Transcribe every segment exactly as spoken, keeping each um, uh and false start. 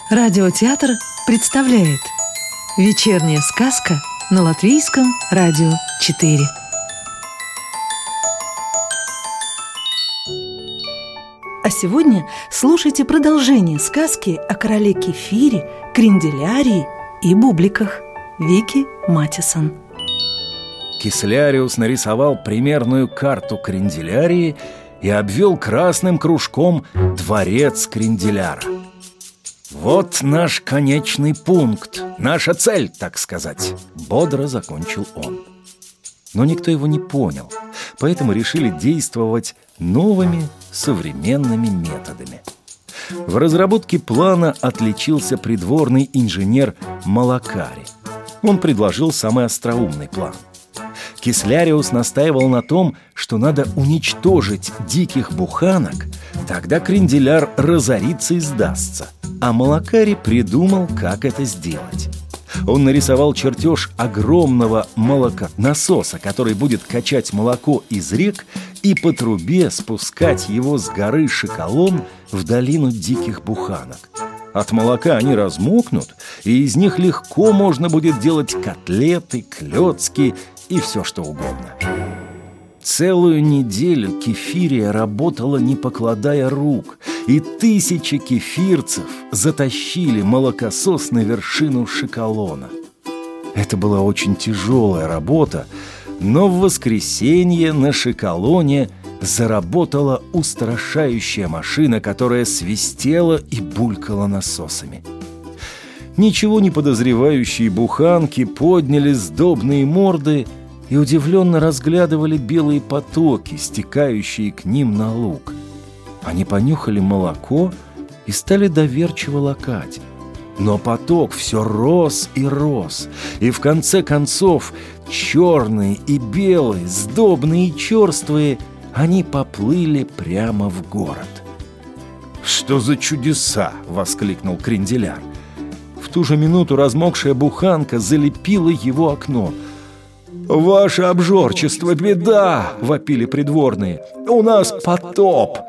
Радиотеатр представляет «Вечерняя сказка» на Латвийском радио четыре. А сегодня слушайте продолжение сказки о короле Кефире, Кренделярии и бубликах. Вики Матисон. Кисляриус нарисовал примерную карту Кренделярии и обвел красным кружком дворец Кренделяра. «Вот наш конечный пункт, наша цель, так сказать», — бодро закончил он. Но никто его не понял, поэтому решили действовать новыми современными методами. В разработке плана отличился придворный инженер Малакари. Он предложил самый остроумный план. Кисляриус настаивал на том, что надо уничтожить диких буханок, тогда Кренделяр разорится и сдастся. А Малакари придумал, как это сделать. Он нарисовал чертеж огромного молоконасоса, который будет качать молоко из рек и по трубе спускать его с горы Шикалон в долину диких буханок. От молока они размокнут, и из них легко можно будет делать котлеты, клёцки и все что угодно. Целую неделю Кефирия работала, не покладая рук, и тысячи кефирцев затащили молокосос на вершину Шикалона. Это была очень тяжелая работа, но в воскресенье на Шикалоне заработала устрашающая машина, которая свистела и булькала насосами. Ничего не подозревающие буханки подняли сдобные морды и удивленно разглядывали белые потоки, стекающие к ним на луг. Они понюхали молоко и стали доверчиво лакать. Но поток все рос и рос, и в конце концов черные и белые, сдобные и черствые, они поплыли прямо в город. «Что за чудеса!» — воскликнул Кренделяр. В ту же минуту размокшая буханка залепила его окно. «Ваше обжорчество, беда!» — вопили придворные. «У нас потоп!»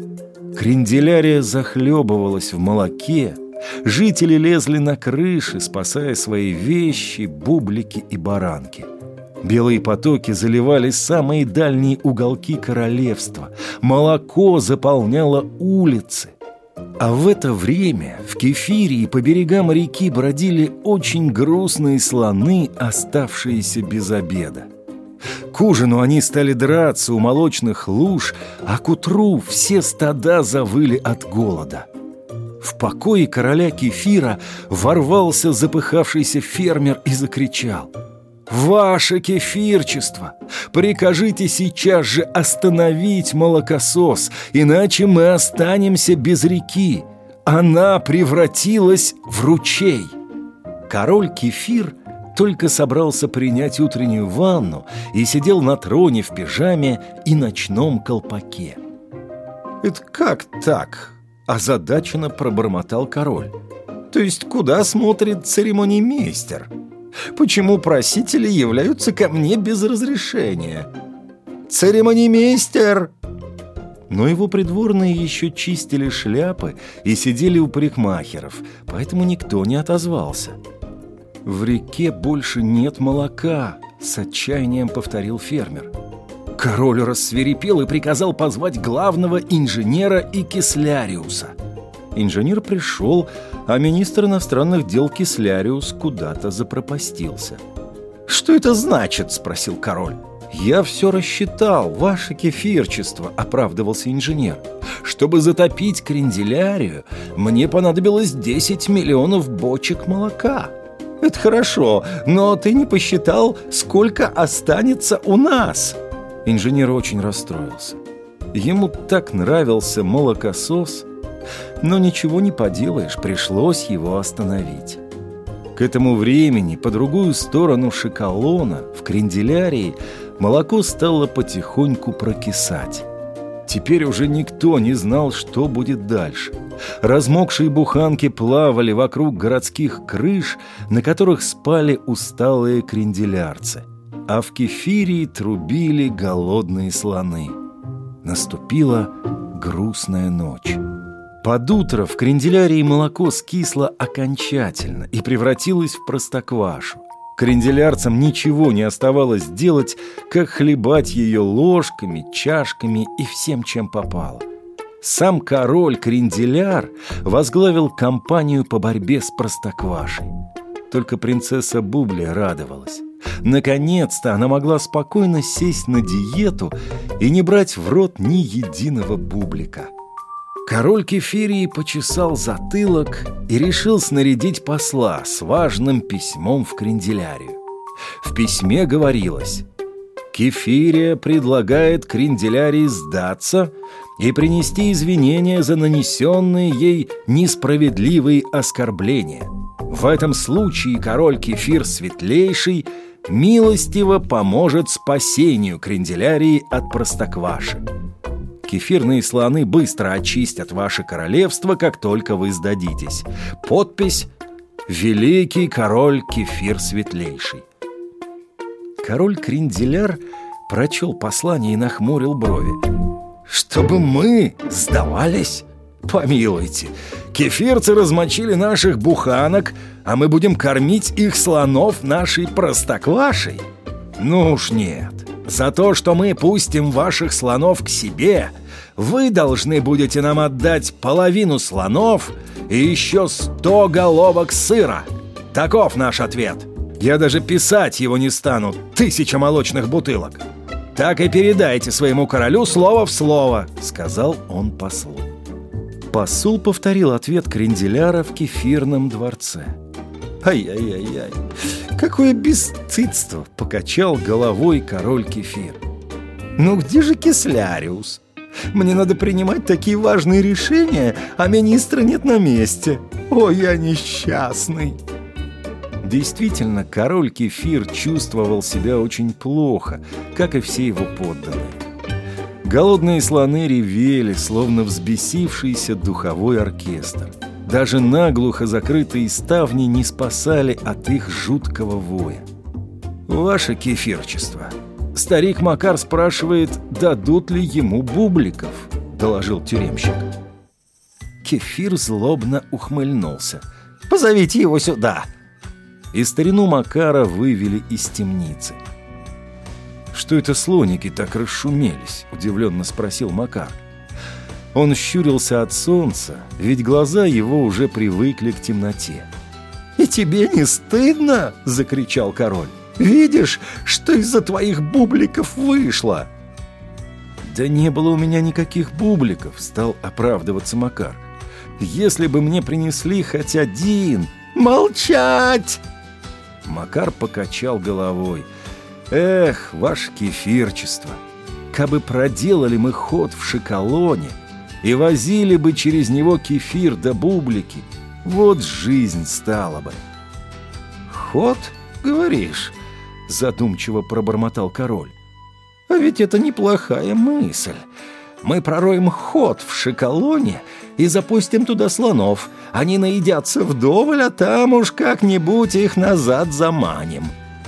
Кренделярия захлебывалась в молоке. Жители лезли на крыши, спасая свои вещи, бублики и баранки. Белые потоки заливали самые дальние уголки королевства. Молоко заполняло улицы. А в это время в Кефирии по берегам реки бродили очень грустные слоны, оставшиеся без обеда. К ужину они стали драться у молочных луж, а к утру все стада завыли от голода. В покое короля Кефира ворвался запыхавшийся фермер и закричал: «Ваше кефирчество, прикажите сейчас же остановить молокосос, иначе мы останемся без реки. Она превратилась в ручей». Король Кефир только собрался принять утреннюю ванну и сидел на троне в пижаме и ночном колпаке. «Это как так?» – озадаченно пробормотал король. «То есть куда смотрит церемониймейстер? Почему просители являются ко мне без разрешения? Церемониймейстер!» Но его придворные еще чистили шляпы и сидели у парикмахеров, поэтому никто не отозвался. «В реке больше нет молока», — с отчаянием повторил фермер. Король рассвирепел и приказал позвать главного инженера и Кисляриуса. Инженер пришел, а министр иностранных дел Кисляриус куда-то запропастился. «Что это значит?» – спросил король. «Я все рассчитал, ваше кефирчество», – оправдывался инженер. «Чтобы затопить Кренделярию, мне понадобилось десять миллионов бочек молока». «Это хорошо, но ты не посчитал, сколько останется у нас». Инженер очень расстроился. Ему так нравился молокосос, но ничего не поделаешь, пришлось его остановить. К этому времени по другую сторону Шикалона, в Кренделярии, молоко стало потихоньку прокисать. Теперь уже никто не знал, что будет дальше. Размокшие буханки плавали вокруг городских крыш, на которых спали усталые кренделярцы. А в Кефирии трубили голодные слоны. Наступила грустная ночь. Под утро в кренделярии молоко скисло окончательно и превратилось в простоквашу. Кренделярцам ничего не оставалось делать, как хлебать ее ложками, чашками и всем, чем попало. Сам король-кренделяр возглавил кампанию по борьбе с простоквашей. Только принцесса Бубля радовалась. Наконец-то она могла спокойно сесть на диету и не брать в рот ни единого бублика. Король Кефирии почесал затылок и решил снарядить посла с важным письмом в кренделярию. В письме говорилось: Кефирия предлагает кренделярии сдаться и принести извинения за нанесенные ей несправедливые оскорбления. В этом случае король Кефир Светлейший милостиво поможет спасению кренделярии от простокваши. Кефирные слоны быстро очистят ваше королевство, как только вы сдадитесь. Подпись: Великий король Кефир Светлейший. Король-кренделяр прочел послание и нахмурил брови. «Чтобы мы сдавались? Помилуйте, кефирцы размочили наших буханок, а мы будем кормить их слонов нашей простоквашей? Ну уж нет. За то, что мы пустим ваших слонов к себе, вы должны будете нам отдать половину слонов и еще сто головок сыра. Таков наш ответ. Я даже писать его не стану, тысяча молочных бутылок. Так и передайте своему королю слово в слово», — сказал он послу. Посол повторил ответ кренделяра в кефирном дворце. «Ай-яй-яй-яй, какое бесстыдство!» — покачал головой король Кефир. «Ну где же Кесляриус? Мне надо принимать такие важные решения, а министра нет на месте. Ой, я несчастный!» Действительно, король Кефир чувствовал себя очень плохо, как и все его подданные. Голодные слоны ревели, словно взбесившийся духовой оркестр. Даже наглухо закрытые ставни не спасали от их жуткого воя. «Ваше кефирчество, старик Макар спрашивает, дадут ли ему бубликов», — доложил тюремщик. Кефир злобно ухмыльнулся. «Позовите его сюда!» И старину Макара вывели из темницы. «Что это слоники так расшумелись?» — удивленно спросил Макар. Он щурился от солнца, ведь глаза его уже привыкли к темноте. «И тебе не стыдно?» — закричал король. «Видишь, что из-за твоих бубликов вышло?» «Да не было у меня никаких бубликов», — стал оправдываться Макар. «Если бы мне принесли хоть один...» «Молчать!» Макар покачал головой. «Эх, ваше кефирчество, кабы проделали мы ход в шоколоне и возили бы через него кефир да бублики, вот жизнь стала бы». «Ход, говоришь?» — задумчиво пробормотал король. «А ведь это неплохая мысль. Мы пророем ход в шоколоне и запустим туда слонов. Они наедятся вдоволь, а там уж как-нибудь их назад заманим».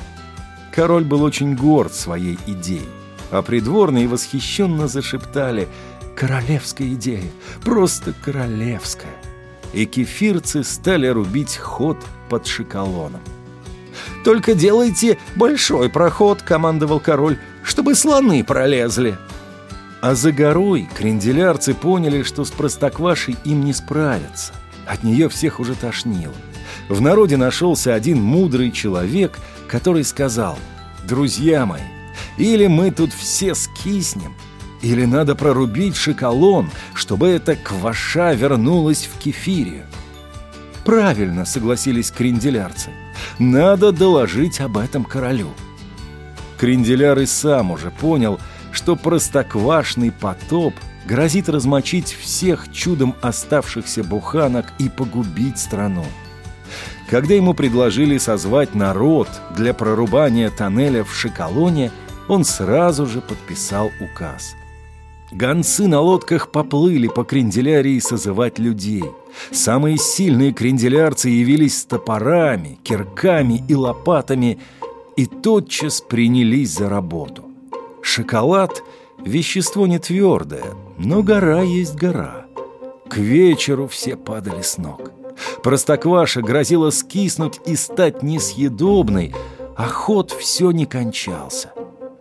Король был очень горд своей идеей, а придворные восхищенно зашептали: «Королевская идея, просто королевская!» И кефирцы стали рубить ход под шоколоном. «Только делайте большой проход», — командовал король, — «чтобы слоны пролезли». А за горой кренделярцы поняли, что с простоквашей им не справиться. От нее всех уже тошнило. В народе нашелся один мудрый человек, который сказал: «Друзья мои, или мы тут все скиснем, или надо прорубить шоколон, чтобы эта кваша вернулась в Кефирию». «Правильно», — согласились кренделярцы, — «надо доложить об этом королю». Кренделяр и сам уже понял, что простоквашный потоп грозит размочить всех чудом оставшихся буханок и погубить страну. Когда ему предложили созвать народ для прорубания тоннеля в шоколоне, он сразу же подписал указ. Гонцы на лодках поплыли по кренделярии созывать людей. Самые сильные кренделярцы явились с топорами, кирками и лопатами и тотчас принялись за работу. Шоколад – вещество не твердое, но гора есть гора. К вечеру все падали с ног. Простокваша грозила скиснуть и стать несъедобной, а ход все не кончался.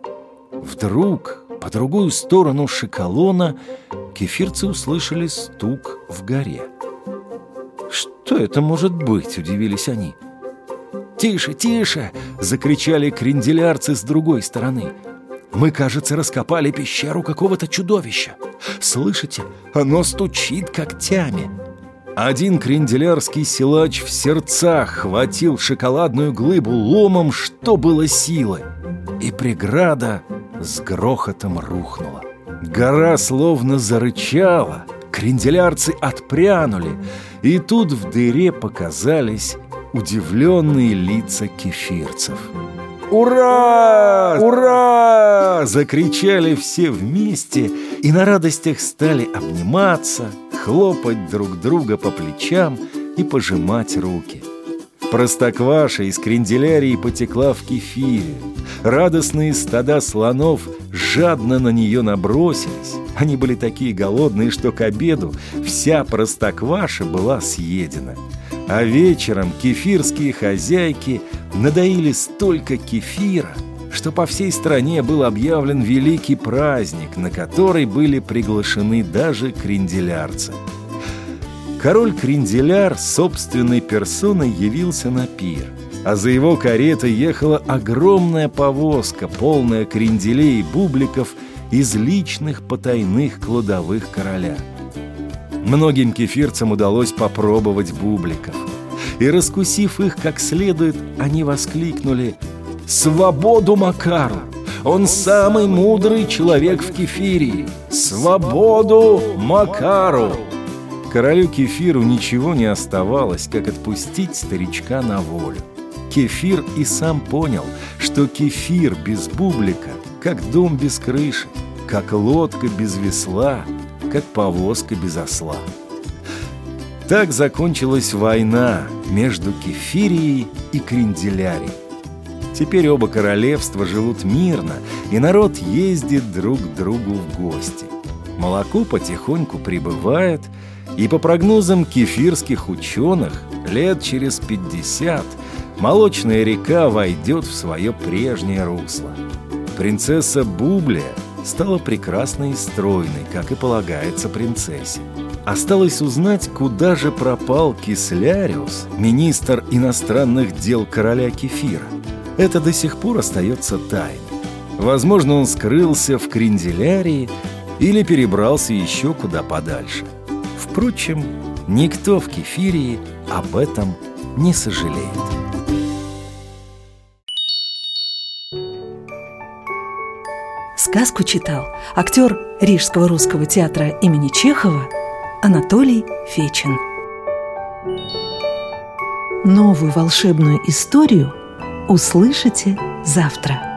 Вдруг по другую сторону шоколона кефирцы услышали стук в горе. «Что это может быть?» – удивились они. «Тише, тише!» – закричали кренделярцы с другой стороны. «Мы, кажется, раскопали пещеру какого-то чудовища. Слышите? Оно стучит когтями!» Один кренделярский силач в сердцах хватил шоколадную глыбу ломом, что было силы, и преграда с грохотом рухнула. Гора словно зарычала, кренделярцы отпрянули, и тут в дыре показались удивленные лица кефирцев. «Ура! Ура!» – закричали все вместе и на радостях стали обниматься, хлопать друг друга по плечам и пожимать руки. Простокваша из кренделярии потекла в кефире. Радостные стада слонов жадно на нее набросились. Они были такие голодные, что к обеду вся простокваша была съедена. А вечером кефирские хозяйки надоили столько кефира, что по всей стране был объявлен великий праздник, на который были приглашены даже кренделярцы. Король Кренделяр собственной персоной явился на пир, а за его каретой ехала огромная повозка, полная кренделей и бубликов из личных потайных кладовых короля. Многим кефирцам удалось попробовать бубликов, и, раскусив их как следует, они воскликнули: «Свободу Макару! Он самый мудрый человек в Кефирии! Свободу Макару!» Королю Кефиру ничего не оставалось, как отпустить старичка на волю. Кефир и сам понял, что кефир без бублика, как дом без крыши, как лодка без весла, как повозка без осла. Так закончилась война между Кефирией и Кренделярией. Теперь оба королевства живут мирно, и народ ездит друг к другу в гости. Молоко потихоньку прибывает, и по прогнозам кефирских ученых, лет через пятьдесят молочная река войдет в свое прежнее русло. Принцесса Бублия стала прекрасной и стройной, как и полагается принцессе. Осталось узнать, куда же пропал Кисляриус, министр иностранных дел короля Кефира. Это до сих пор остается тайной. Возможно, он скрылся в Кренделярии или перебрался еще куда подальше. Впрочем, никто в Кефирии об этом не сожалеет. Сказку читал актер Рижского русского театра имени Чехова Анатолий Фечин. Новую волшебную историю услышите завтра.